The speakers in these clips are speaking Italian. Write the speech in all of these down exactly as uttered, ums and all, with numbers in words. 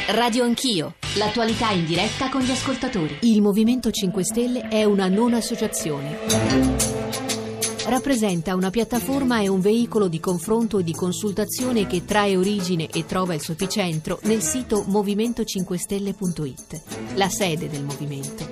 Radio Anch'io, l'attualità in diretta con gli ascoltatori. Il Movimento cinque Stelle è una non associazione. Rappresenta una piattaforma e un veicolo di confronto e di consultazione che trae origine e trova il suo epicentro nel sito movimento cinque stelle punto it, la sede del movimento.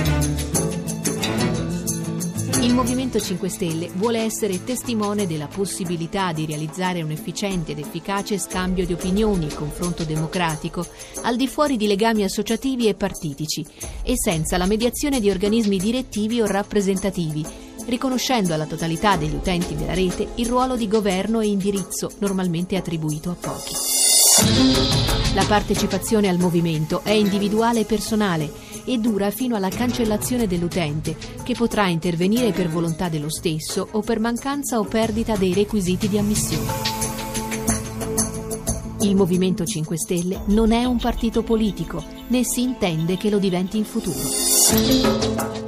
Il Movimento cinque Stelle vuole essere testimone della possibilità di realizzare un efficiente ed efficace scambio di opinioni e confronto democratico al di fuori di legami associativi e partitici e senza la mediazione di organismi direttivi o rappresentativi, riconoscendo alla totalità degli utenti della rete il ruolo di governo e indirizzo normalmente attribuito a pochi. La partecipazione al movimento è individuale e personale e dura fino alla cancellazione dell'utente, che potrà intervenire per volontà dello stesso o per mancanza o perdita dei requisiti di ammissione. Il Movimento cinque Stelle non è un partito politico, né si intende che lo diventi in futuro.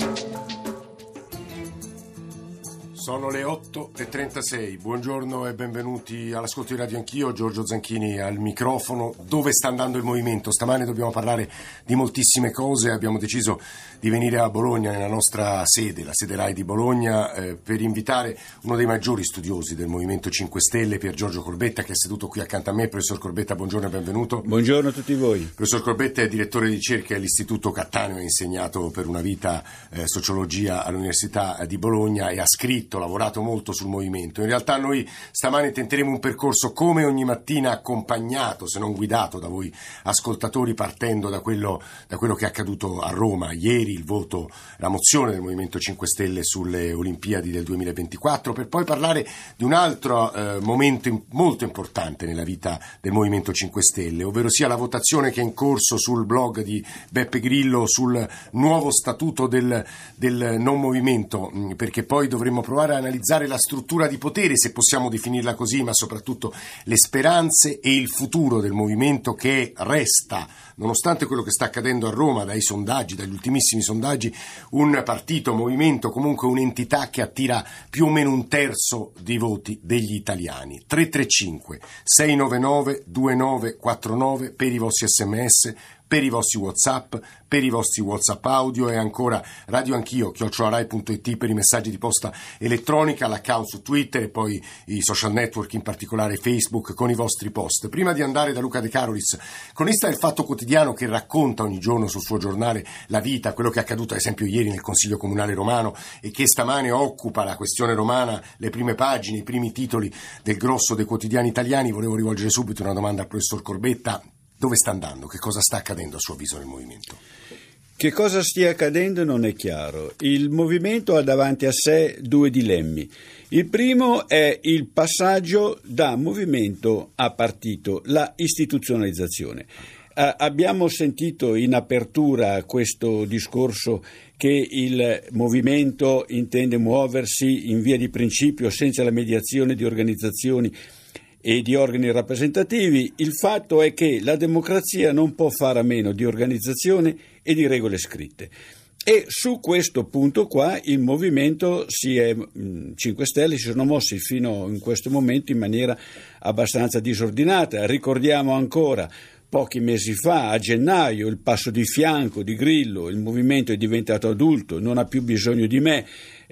Sono le otto e trentasei, buongiorno e benvenuti all'ascolto di Radio Anch'io, Giorgio Zanchini al microfono. Dove sta andando il movimento? Stamane dobbiamo parlare di moltissime cose, abbiamo deciso di venire a Bologna, nella nostra sede, la sede Rai di Bologna, eh, per invitare uno dei maggiori studiosi del Movimento cinque Stelle, Pier Giorgio Corbetta, che è seduto qui accanto a me. Professor Corbetta, buongiorno e benvenuto. Buongiorno a tutti voi. Professor Corbetta è direttore di ricerca all'Istituto Cattaneo, ha insegnato per una vita eh, sociologia all'Università di Bologna e ha scritto, lavorato molto sul movimento. In realtà noi stamane tenteremo un percorso come ogni mattina accompagnato, se non guidato da voi ascoltatori, partendo da quello, da quello che è accaduto a Roma ieri, il voto, la mozione del Movimento cinque Stelle sulle Olimpiadi del duemilaventiquattro, per poi parlare di un altro eh, momento in, molto importante nella vita del Movimento cinque Stelle, ovvero sia la votazione che è in corso sul blog di Beppe Grillo sul nuovo statuto del, del non movimento, perché poi dovremmo provare a analizzare la struttura di potere, se possiamo definirla così, ma soprattutto le speranze e il futuro del movimento, che resta, nonostante quello che sta accadendo a Roma, dai sondaggi, dagli ultimissimi sondaggi, un partito, movimento, comunque un'entità che attira più o meno un terzo dei voti degli italiani. tre tre cinque sei nove nove due nove quattro nove per i vostri sms, per i vostri WhatsApp, per i vostri WhatsApp audio, e ancora Radio Anch'io, chiocciola rai punto it per i messaggi di posta elettronica, l'account su Twitter e poi i social network, in particolare Facebook, con i vostri post. Prima di andare da Luca De Carolis, cronista del Fatto Quotidiano, che racconta ogni giorno sul suo giornale la vita, quello che è accaduto ad esempio ieri nel Consiglio Comunale romano e che stamane occupa la questione romana, le prime pagine, i primi titoli del grosso dei quotidiani italiani, volevo rivolgere subito una domanda al professor Corbetta. Dove sta andando? Che cosa sta accadendo a suo avviso nel movimento? Che cosa stia accadendo non è chiaro. Il movimento ha davanti a sé due dilemmi. Il primo è il passaggio da movimento a partito, la istituzionalizzazione. Eh, abbiamo sentito in apertura questo discorso che il movimento intende muoversi in via di principio senza la mediazione di organizzazioni e di organi rappresentativi. Il fatto è che la democrazia non può fare a meno di organizzazione e di regole scritte. E su questo punto qua il movimento si è, cinque Stelle si sono mossi fino in questo momento in maniera abbastanza disordinata. Ricordiamo ancora pochi mesi fa, a gennaio, il passo di fianco di Grillo: il movimento è diventato adulto, non ha più bisogno di me.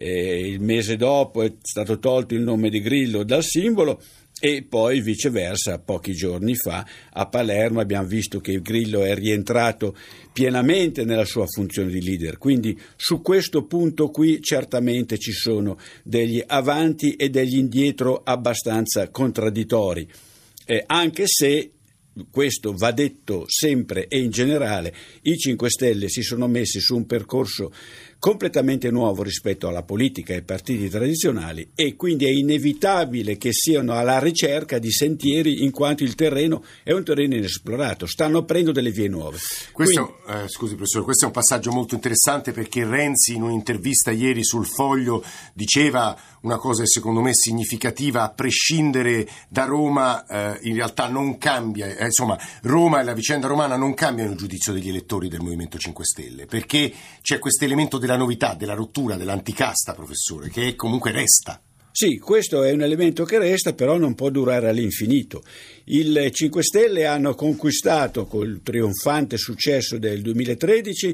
E il mese dopo è stato tolto il nome di Grillo dal simbolo. E poi viceversa, pochi giorni fa a Palermo abbiamo visto che Grillo è rientrato pienamente nella sua funzione di leader. Quindi su questo punto qui certamente ci sono degli avanti e degli indietro abbastanza contraddittori, eh, anche se, questo va detto sempre e in generale, i cinque Stelle si sono messi su un percorso completamente nuovo rispetto alla politica e ai partiti tradizionali, e quindi è inevitabile che siano alla ricerca di sentieri, in quanto il terreno è un terreno inesplorato, stanno aprendo delle vie nuove. Questo, quindi... eh, scusi professore, questo è un passaggio molto interessante, perché Renzi in un'intervista ieri sul Foglio diceva una cosa secondo me significativa: a prescindere da Roma eh, in realtà non cambia, eh, insomma Roma e la vicenda romana non cambiano il giudizio degli elettori del Movimento cinque Stelle, perché c'è questo elemento della novità, della rottura, dell'anticasta, professore, che comunque resta. Sì, questo è un elemento che resta, però non può durare all'infinito. Il cinque Stelle hanno conquistato col trionfante successo del duemilatredici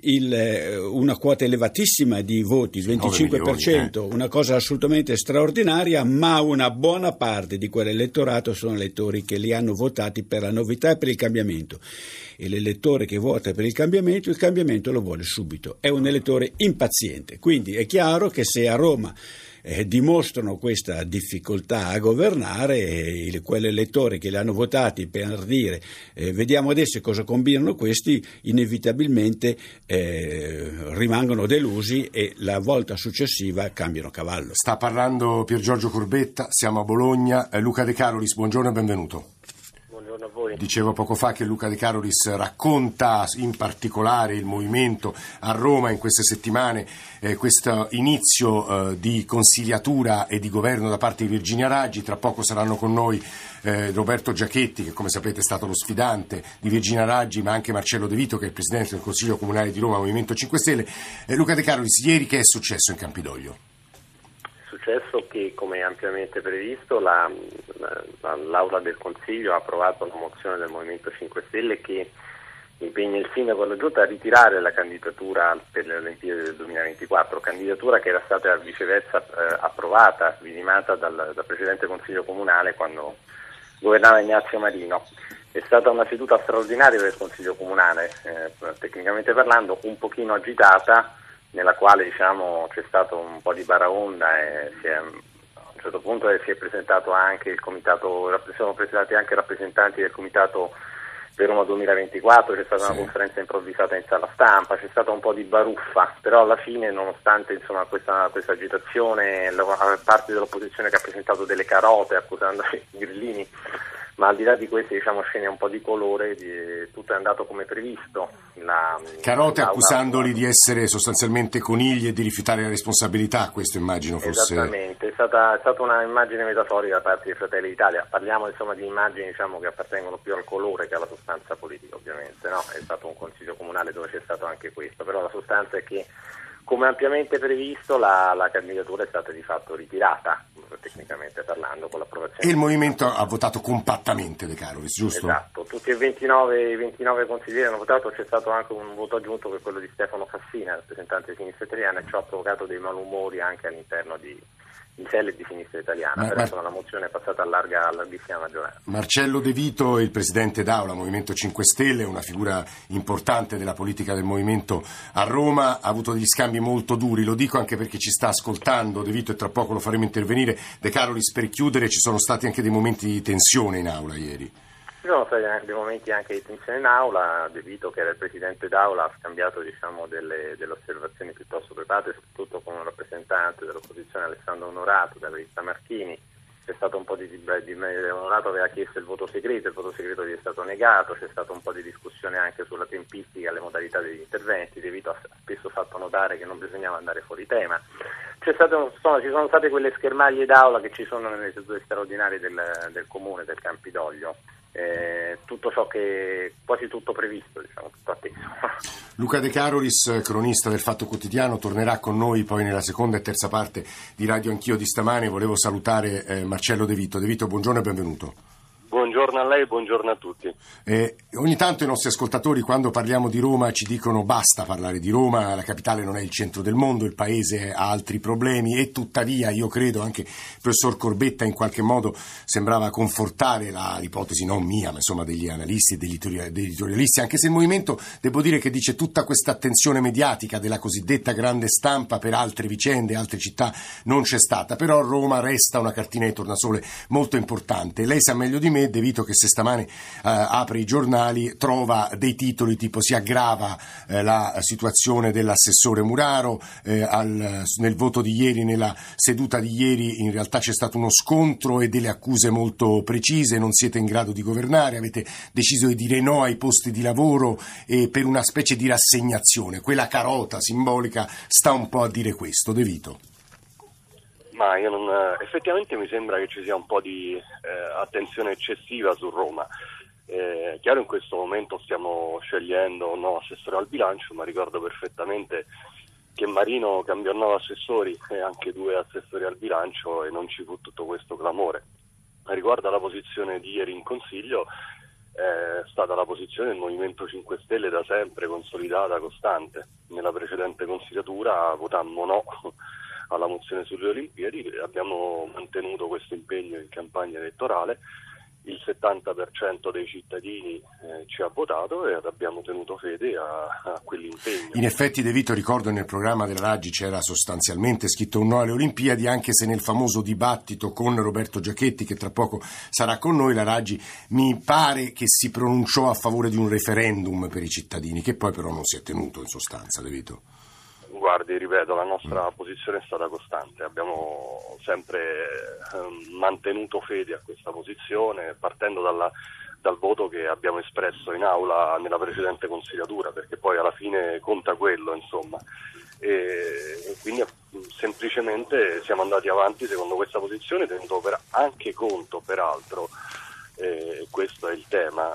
il, una quota elevatissima di voti, il venticinque per cento, milioni, eh. una cosa assolutamente straordinaria, ma una buona parte di quell'elettorato sono elettori che li hanno votati per la novità e per il cambiamento. E l'elettore che vota per il cambiamento, il cambiamento lo vuole subito. È un elettore impaziente. Quindi è chiaro che se a Roma Eh, dimostrano questa difficoltà a governare, eh, quegli elettori che li hanno votati per dire eh, vediamo adesso cosa combinano questi, inevitabilmente eh, rimangono delusi e la volta successiva cambiano cavallo. Sta parlando Piergiorgio Corbetta, siamo a Bologna. eh, Luca De Carolis, buongiorno e benvenuto. Buongiorno a voi. Dicevo poco fa che Luca De Carolis racconta in particolare il movimento a Roma in queste settimane, eh, questo inizio eh, di consigliatura e di governo da parte di Virginia Raggi. Tra poco saranno con noi eh, Roberto Giachetti, che come sapete è stato lo sfidante di Virginia Raggi, ma anche Marcello De Vito, che è il presidente del Consiglio Comunale di Roma, Movimento cinque Stelle. Eh, Luca De Carolis, ieri che è successo in Campidoglio? Successo che, come ampiamente previsto, la, la, l'Aula del Consiglio ha approvato una mozione del Movimento cinque Stelle che impegna il Sindaco e la Giunta a ritirare la candidatura per le Olimpiadi del duemilaventiquattro, candidatura che era stata viceversa eh, approvata, vidimata dal, dal precedente Consiglio Comunale quando governava Ignazio Marino. È stata una seduta straordinaria del Consiglio Comunale, eh, tecnicamente parlando un pochino agitata, nella quale diciamo c'è stato un po' di baraonda e si è, a un certo punto si è presentato anche il comitato, sono presentati anche rappresentanti del comitato per Roma duemilaventiquattro, c'è stata sì. una conferenza improvvisata in sala stampa, c'è stata un po' di baruffa, però alla fine, nonostante insomma questa, questa agitazione, la parte dell'opposizione che ha presentato delle carote accusando i grillini, ma al di là di queste diciamo scene un po' di colore, di, tutto è andato come previsto. La, Carote accusandoli di essere sostanzialmente conigli e di rifiutare la responsabilità, questo immagino fosse... Esattamente, è stata, è stata una immagine metaforica da parte di Fratelli d'Italia, parliamo insomma di immagini diciamo che appartengono più al colore che alla sostanza politica ovviamente, no? È stato un consiglio comunale dove c'è stato anche questo, però la sostanza è che come ampiamente previsto la, la candidatura è stata di fatto ritirata, tecnicamente parlando, con l'approvazione. E il Movimento ha votato compattamente De Carolis, giusto? Esatto, tutti e ventinove, ventinove consiglieri hanno votato, c'è stato anche un voto aggiunto che è quello di Stefano Fassina, rappresentante di Sinistra Italiana, e ciò ha provocato dei malumori anche all'interno di di Sell e di Sinistra Italiana, ma, però insomma, la mozione è passata a larga, a larghissima maggioranza. Marcello De Vito, il presidente d'Aula, Movimento cinque Stelle, una figura importante della politica del Movimento a Roma, ha avuto degli scambi molto duri, lo dico anche perché ci sta ascoltando De Vito e tra poco lo faremo intervenire. De Carolis, per chiudere, ci sono stati anche dei momenti di tensione in Aula ieri. Ci sono stati anche dei momenti anche di tensione in aula. De Vito, che era il presidente d'Aula, ha scambiato diciamo delle, delle osservazioni piuttosto preparate, soprattutto con un rappresentante dell'opposizione, Alessandro Onorato, della lista Marchini. C'è stato un po' di, di, di Onorato aveva chiesto il voto segreto, il voto segreto gli è stato negato, c'è stato un po' di discussione anche sulla tempistica e le modalità degli interventi. De Vito ha spesso fatto notare che non bisognava andare fuori tema. C'è stato, insomma, ci sono state quelle schermaglie d'aula che ci sono nelle sedute straordinarie del, del comune del Campidoglio. Eh, tutto ciò che quasi tutto previsto, diciamo, tutto atteso. Luca De Carolis, cronista del Fatto Quotidiano, tornerà con noi poi nella seconda e terza parte di Radio Anch'io di stamane. Volevo salutare eh, Marcello De Vito. De Vito, buongiorno e benvenuto. Buongiorno a lei, buongiorno a tutti. Eh, ogni tanto i nostri ascoltatori, quando parliamo di Roma, ci dicono basta parlare di Roma, la capitale non è il centro del mondo, il paese ha altri problemi, e tuttavia io credo anche il professor Corbetta in qualche modo sembrava confortare la, l'ipotesi non mia, ma insomma degli analisti e degli editorialisti, anche se il Movimento, devo dire che dice tutta questa attenzione mediatica della cosiddetta grande stampa per altre vicende, altre città non c'è stata, però Roma resta una cartina di tornasole molto importante. Lei sa meglio di me, De Vito, che se stamane eh, apre i giornali trova dei titoli tipo si aggrava eh, la situazione dell'assessore Muraro, eh, al, nel voto di ieri, nella seduta di ieri in realtà c'è stato uno scontro e delle accuse molto precise, non siete in grado di governare, avete deciso di dire no ai posti di lavoro e per una specie di rassegnazione, quella carota simbolica sta un po' a dire questo. De Vito. Ma io non, effettivamente mi sembra che ci sia un po' di eh, attenzione eccessiva su Roma. Eh, chiaro, in questo momento stiamo scegliendo un nuovo assessore al bilancio, ma ricordo perfettamente che Marino cambiò nove assessori e anche due assessori al bilancio e non ci fu tutto questo clamore. Riguardo alla posizione di ieri in Consiglio, è stata la posizione del Movimento cinque Stelle da sempre consolidata, costante. Nella precedente consigliatura votammo no alla mozione sulle Olimpiadi, abbiamo mantenuto questo impegno in campagna elettorale, il settanta per cento dei cittadini eh, ci ha votato e abbiamo tenuto fede a, a quell'impegno. In effetti, De Vito, ricordo nel programma della Raggi c'era sostanzialmente scritto un no alle Olimpiadi, anche se nel famoso dibattito con Roberto Giachetti, che tra poco sarà con noi, la Raggi mi pare che si pronunciò a favore di un referendum per i cittadini, che poi però non si è tenuto in sostanza, De Vito. Guardi, ripeto, la nostra posizione è stata costante, abbiamo sempre eh, mantenuto fede a questa posizione, partendo dalla, dal voto che abbiamo espresso in aula nella precedente consigliatura, perché poi alla fine conta quello, insomma, e, e quindi semplicemente siamo andati avanti secondo questa posizione, tenuto per, anche conto, peraltro, e questo è il tema,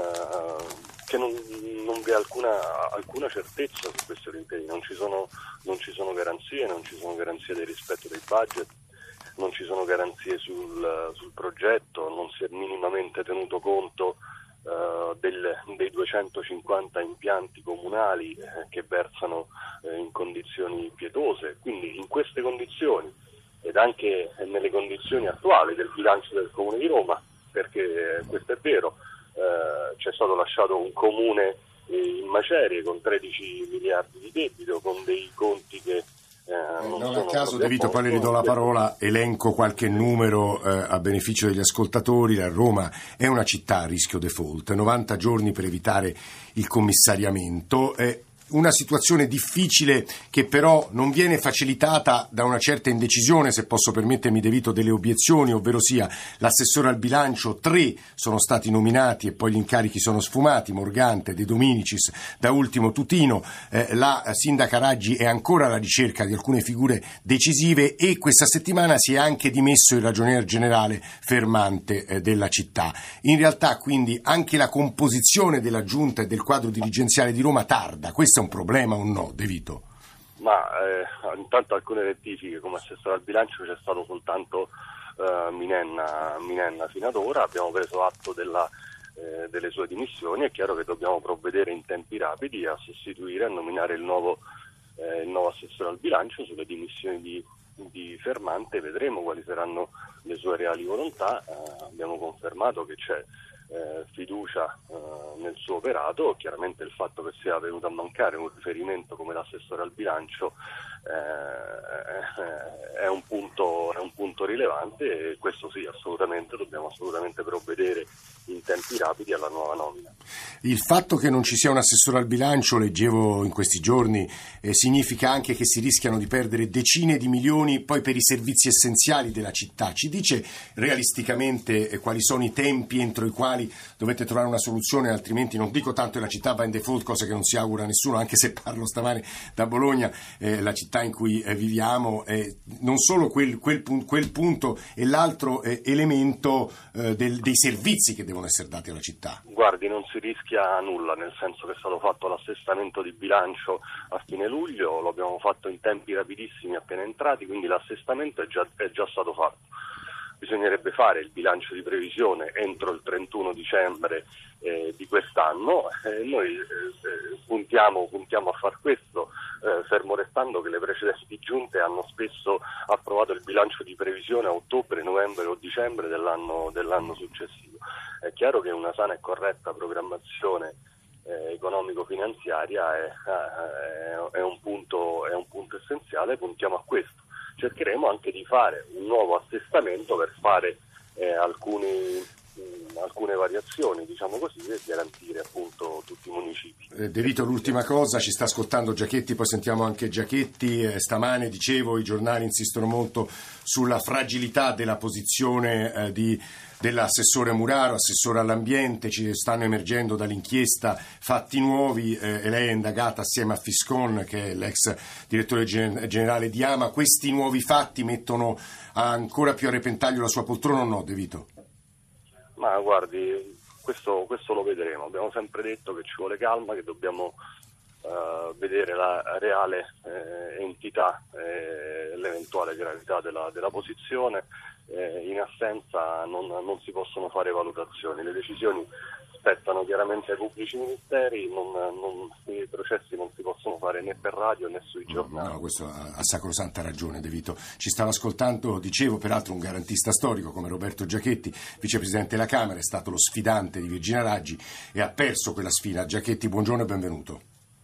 eh, che non, non vi è alcuna, alcuna certezza su queste Olimpiadi, non ci sono, non ci sono garanzie, non ci sono garanzie del rispetto dei budget, non ci sono garanzie sul, sul progetto, non si è minimamente tenuto conto uh, del, dei duecentocinquanta impianti comunali eh, che versano eh, in condizioni pietose, quindi in queste condizioni ed anche nelle condizioni attuali del bilancio del Comune di Roma, perché questo è vero, eh, c'è stato lasciato un comune in macerie con tredici miliardi di debito, con dei conti che eh, non, non sono a caso, De Vito, poi le ridò la parola, elenco qualche numero eh, a beneficio degli ascoltatori. La Roma è una città a rischio default, novanta giorni per evitare il commissariamento, eh, una situazione difficile che però non viene facilitata da una certa indecisione, se posso permettermi, De Vito, delle obiezioni, ovvero sia l'assessore al bilancio, tre sono stati nominati e poi gli incarichi sono sfumati, Morgante, De Dominicis, da ultimo Tutino, eh, la sindaca Raggi è ancora alla ricerca di alcune figure decisive e questa settimana si è anche dimesso il ragionier generale Fermante eh, della città. In realtà quindi anche la composizione della giunta e del quadro dirigenziale di Roma tarda. Questo è un problema o no, De Vito? Ma eh, intanto alcune rettifiche, come assessore al bilancio c'è stato soltanto eh, Minenna, Minenna fino ad ora, abbiamo preso atto della, eh, delle sue dimissioni, è chiaro che dobbiamo provvedere in tempi rapidi a sostituire, a nominare il nuovo, eh, il nuovo assessore al bilancio. Sulle dimissioni di, di Fermante vedremo quali saranno le sue reali volontà, eh, abbiamo confermato che c'è Eh, fiducia eh, nel suo operato. Chiaramente il fatto che sia venuto a mancare un riferimento come l'assessore al bilancio eh, è un punto è un punto rilevante e questo sì, assolutamente dobbiamo assolutamente provvedere in tempi rapidi alla nuova nomina. Il fatto che non ci sia un assessore al bilancio, leggevo in questi giorni, eh, significa anche che si rischiano di perdere decine di milioni poi per i servizi essenziali della città. Ci dice realisticamente eh, quali sono i tempi entro i quali dovete trovare una soluzione, altrimenti non dico tanto che la città va in default, cosa che non si augura a nessuno, anche se parlo stamane da Bologna, eh, la città in cui eh, viviamo, eh, non solo quel, quel, quel punto e l'altro eh, elemento eh, del, dei servizi che devono essere dati alla città. Guardi, non si rischia nulla, nel senso che è stato fatto l'assestamento di bilancio a fine luglio, lo abbiamo fatto in tempi rapidissimi appena entrati, quindi l'assestamento è già, è già stato fatto. Bisognerebbe fare il bilancio di previsione entro il trentuno dicembre eh, di quest'anno, eh, noi eh, puntiamo, puntiamo a far questo, eh, fermo restando che le precedenti giunte hanno spesso approvato il bilancio di previsione a ottobre, novembre o dicembre dell'anno, dell'anno successivo. È chiaro che una sana e corretta programmazione eh, economico-finanziaria è, è, è, un punto, è un punto essenziale, puntiamo a questo. Cercheremo anche di fare un nuovo assestamento per fare eh, alcuni, mh, alcune variazioni, diciamo così, e garantire appunto tutti i municipi. Eh, De Vito, l'ultima cosa, ci sta ascoltando Giachetti, poi sentiamo anche Giachetti. Eh, stamane, dicevo, i giornali insistono molto sulla fragilità della posizione eh, di dell'assessore Muraro, assessore all'ambiente. Ci stanno emergendo dall'inchiesta fatti nuovi eh, e lei è indagata assieme a Fiscon, che è l'ex direttore gen- generale di Ama. Questi nuovi fatti mettono ancora più a repentaglio la sua poltrona o no, De Vito? Ma guardi, questo, questo lo vedremo. Abbiamo sempre detto che ci vuole calma, che dobbiamo uh, vedere la reale eh, entità e l'eventuale gravità della, della posizione. Eh, in assenza non, non si possono fare valutazioni, le decisioni spettano chiaramente ai pubblici ministeri, non, non, i processi non si possono fare né per radio né sui giornali. No, questo ha, ha sacrosanta ragione De Vito. Ci stava ascoltando, dicevo, peraltro un garantista storico come Roberto Giachetti, vicepresidente della Camera, è stato lo sfidante di Virginia Raggi e ha perso quella sfida. Giachetti, buongiorno e benvenuto.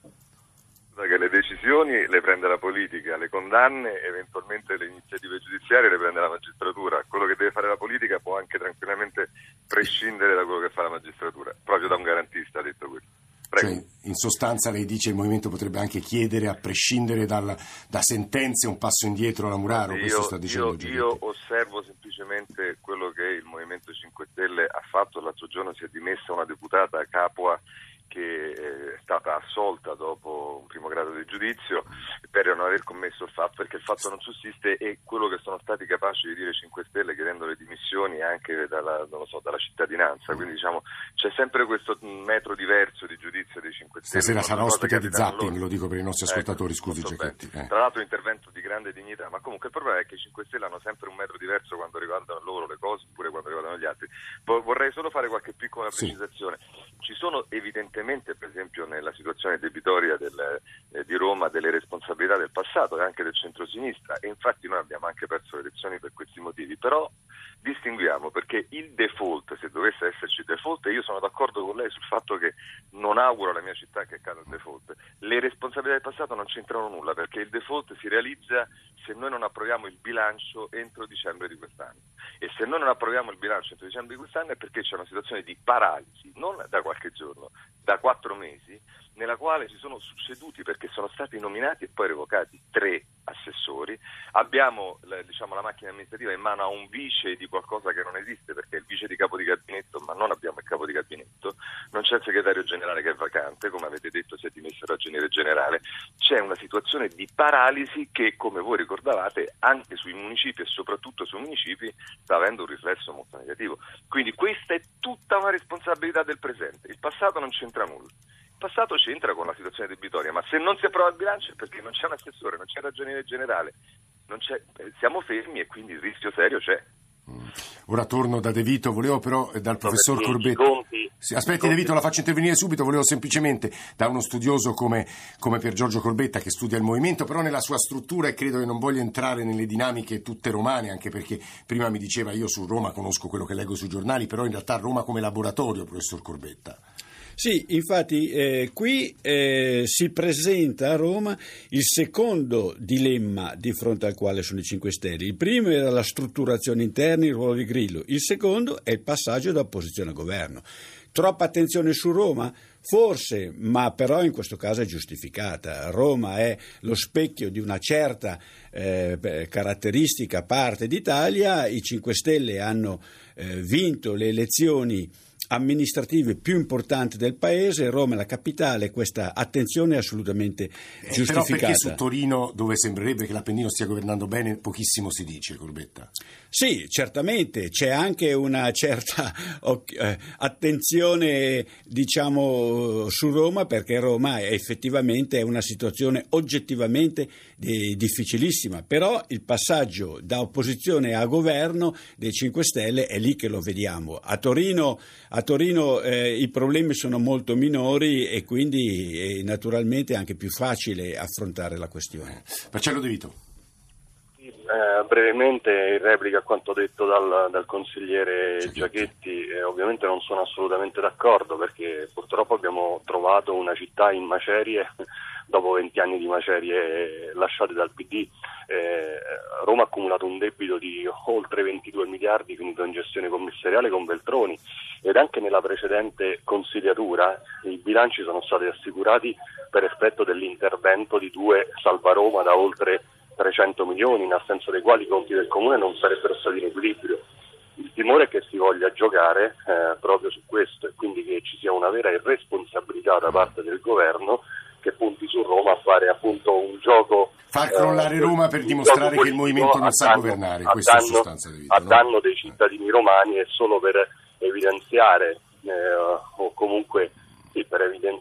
Che le decisioni le prende la politica, le condanne, eventualmente le iniziative giudiziarie le prende la magistratura. Quello che deve fare la politica può anche tranquillamente prescindere da quello che fa la magistratura, proprio da un garantista, ha detto questo. Prego. Cioè, in sostanza lei dice il Movimento potrebbe anche chiedere, a prescindere dal, da sentenze, un passo indietro alla Muraro, io, questo sta dicendo io, io osservo semplicemente quello che il Movimento cinque Stelle ha fatto. L'altro giorno si è dimessa una deputata Capua che è stata assolta dopo un primo grado di giudizio per non aver commesso il fatto, perché il fatto non sussiste, e quello che sono stati capaci di dire cinque Stelle chiedendo le dimissioni anche dalla, non lo so, dalla cittadinanza. Quindi diciamo c'è sempre questo metro diverso di giudizio dei cinque Stelle. Stasera sarà ospite di Zapping, loro. Lo dico per i nostri ascoltatori, ecco, scusi Giachetti. Eh. Tra l'altro intervento di grande dignità, ma comunque il problema è che i cinque Stelle hanno sempre un metro diverso quando riguardano loro le cose, oppure quando riguardano gli altri. Poi vorrei solo fare qualche piccola precisazione. Sì. Ci sono evidentemente, per esempio nella situazione debitoria del, eh, di Roma, delle responsabilità del passato e anche del centrosinistra, e infatti noi abbiamo anche perso le elezioni per questi motivi, però distinguiamo, perché il default, se dovesse esserci default, e io sono d'accordo con lei sul fatto che non auguro alla mia città che accada il default, le responsabilità del passato non c'entrano nulla, perché il default si realizza se noi non approviamo il bilancio entro dicembre di quest'anno, e se noi non approviamo il bilancio entro dicembre di quest'anno è perché c'è una situazione di paralisi, non da qualche giorno, da quattro mesi, nella quale si sono succeduti, perché sono stati nominati e poi revocati tre assessori. Abbiamo la, diciamo, la macchina amministrativa in mano a un vice di qualcosa che non esiste, perché è il vice di capo di gabinetto, ma non abbiamo il capo di gabinetto. Non c'è il segretario generale che è vacante, come avete detto si è dimesso il ragioniere generale. C'è una situazione di paralisi che, come voi ricordavate, anche sui municipi e soprattutto sui municipi sta avendo un riflesso molto negativo. Quindi questa è tutta una responsabilità del presente. Il passato non c'entra nulla. Il passato c'entra con la situazione debitoria, ma se non si approva il bilancio è perché non c'è un assessore, non c'è ragioniere generale, non c'è, siamo fermi e quindi il rischio serio c'è. Ora torno da De Vito, volevo però dal professor no, Corbetta. Conti, sì, aspetti De Vito, la faccio intervenire subito, volevo semplicemente da uno studioso come, come Pier Giorgio Corbetta che studia il movimento, però nella sua struttura, e credo che non voglia entrare nelle dinamiche tutte romane, anche perché prima mi diceva io su Roma conosco quello che leggo sui giornali, però in realtà Roma come laboratorio, professor Corbetta. Sì, infatti eh, qui eh, si presenta a Roma il secondo dilemma di fronte al quale sono i cinque Stelle. Il primo era la strutturazione interna, il ruolo di Grillo. Il secondo è il passaggio da opposizione a governo. Troppa attenzione su Roma? Forse, ma però in questo caso è giustificata. Roma è lo specchio di una certa eh, caratteristica parte d'Italia. I cinque Stelle hanno eh, vinto le elezioni amministrative più importanti del paese, Roma è la capitale, questa attenzione è assolutamente eh, giustificata. Però perché su Torino, dove sembrerebbe che l'Appennino stia governando bene, pochissimo si dice, Corbetta? Sì, certamente, c'è anche una certa eh, attenzione, diciamo, su Roma, perché Roma è effettivamente una situazione oggettivamente di, difficilissima, però il passaggio da opposizione a governo dei cinque Stelle è lì che lo vediamo. A Torino, a Torino eh, i problemi sono molto minori e quindi è naturalmente anche più facile affrontare la questione. Marcello De Vito. Eh, brevemente in replica a quanto detto dal, dal consigliere Giachetti, eh, ovviamente non sono assolutamente d'accordo, perché purtroppo abbiamo trovato una città in macerie dopo venti anni di macerie lasciate dal P D. Eh, Roma ha accumulato un debito di oltre ventidue miliardi finito in gestione commissariale con Veltroni, ed anche nella precedente consigliatura i bilanci sono stati assicurati per effetto dell'intervento di due Salva Roma da oltre trecento milioni, in assenza dei quali i conti del comune non sarebbero stati in equilibrio. Il timore è che si voglia giocare eh, proprio su questo, e quindi che ci sia una vera irresponsabilità da parte del governo che punti su Roma a fare appunto un gioco, far crollare eh, Roma per dimostrare che il movimento non sa danno, governare, a questa danno, è la sostanza di vita, a no? danno dei cittadini romani, e solo per evidenziare eh, o comunque sì, per evidenziare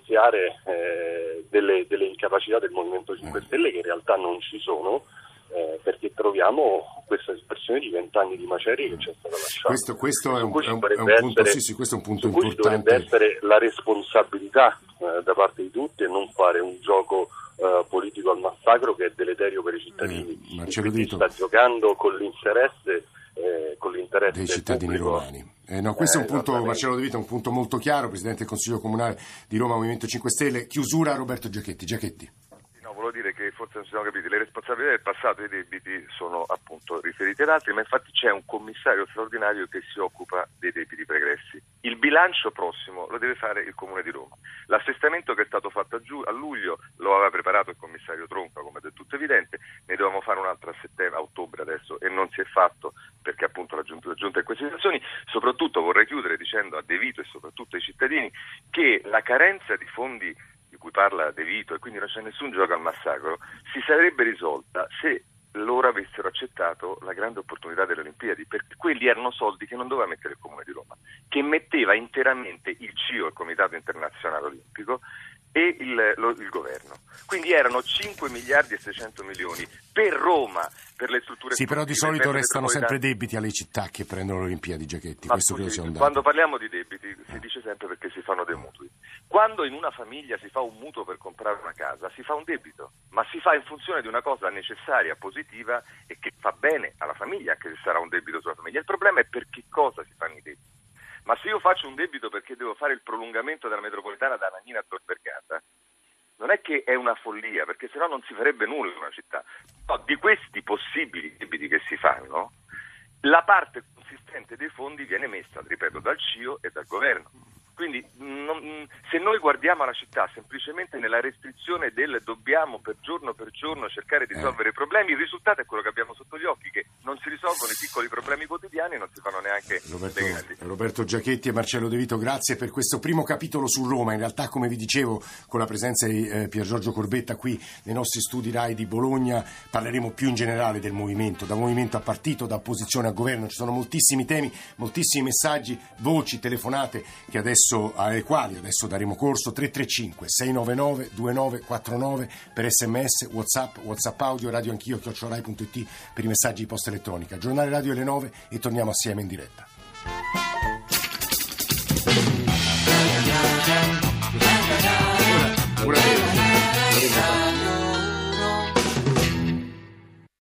evidenziare eh, delle, delle incapacità del Movimento cinque Stelle che in realtà non ci sono, eh, perché troviamo questa espressione di vent'anni di macerie che c'è stata lasciata. Questo, questo è un, è un, è un essere, punto, sì, sì, questo è un punto su cui importante. Dovrebbe essere la responsabilità eh, da parte di tutti e non fare un gioco eh, politico al massacro che è deleterio per i cittadini. Eh, Marcello si Di Vito sta giocando con l'interesse eh, con l'interesse dei cittadini pubblico. romani. Eh, no, questo eh, è un punto, Marcello De Vito, è un punto molto chiaro, Presidente del Consiglio Comunale di Roma, Movimento cinque Stelle. Chiusura, Roberto Giachetti. Giachetti. No, volevo dire che forse non si sono capiti, le responsabilità del passato e i debiti sono appunto riferite ad altri, ma infatti c'è un commissario straordinario che si occupa dei debiti pregressi. Il bilancio prossimo lo deve fare il Comune di Roma. L'assestamento che è stato fatto a, giu- a luglio lo aveva preparato il commissario Tronca, come è del tutto evidente, ne dovevamo fare un altro a settembre, a ottobre adesso, e non si è fatto perché appunto la giunta, la giunta in queste situazioni. Soprattutto vorrei chiudere dicendo a De Vito e soprattutto ai cittadini che la carenza di fondi di cui parla De Vito, e quindi non c'è nessun gioco al massacro, si sarebbe risolta se loro avessero accettato la grande opportunità delle Olimpiadi, perché quelli erano soldi che non doveva mettere il Comune di Roma, che metteva interamente il C I O, il Comitato Internazionale Olimpico, e il, lo, il governo. Quindi erano cinque miliardi e seicento milioni per Roma, per le strutture. Sì, però di solito restano sempre debiti alle città che prendono le Olimpiadi, Giachetti. Ma questo scusi, credo sia un dato. Quando parliamo di debiti si dice sempre perché si fanno dei mutui. Quando in una famiglia si fa un mutuo per comprare una casa, si fa un debito, ma si fa in funzione di una cosa necessaria, positiva e che fa bene alla famiglia, anche se sarà un debito sulla famiglia. Il problema è per che cosa si fanno i debiti. Ma se io faccio un debito perché devo fare il prolungamento della metropolitana da Anagnina a Tor Vergata, non è che è una follia, perché sennò non si farebbe nulla in una città. No, di questi possibili debiti che si fanno, la parte consistente dei fondi viene messa, ripeto, dal C I O e dal governo. Quindi non, se noi guardiamo la città semplicemente nella restrizione del dobbiamo per giorno per giorno cercare di risolvere eh. i problemi, il risultato è quello che abbiamo sotto gli occhi, che non si risolvono i piccoli problemi quotidiani e non si fanno neanche Roberto, dei grandi. Roberto Giachetti e Marcello De Vito, grazie per questo primo capitolo su Roma. In realtà, come vi dicevo, con la presenza di eh, Pier Giorgio Corbetta qui nei nostri studi Rai di Bologna, parleremo più in generale del movimento, da movimento a partito, da opposizione a governo. Ci sono moltissimi temi, moltissimi messaggi, voci, telefonate che adesso ai quali adesso daremo corso. Tre tre cinque sei nove nove due nove quattro nove per sms, whatsapp, whatsapp audio, radio anch'io chiocciorai punto it per i messaggi di posta elettronica. Giornale Radio alle nove e torniamo assieme in diretta.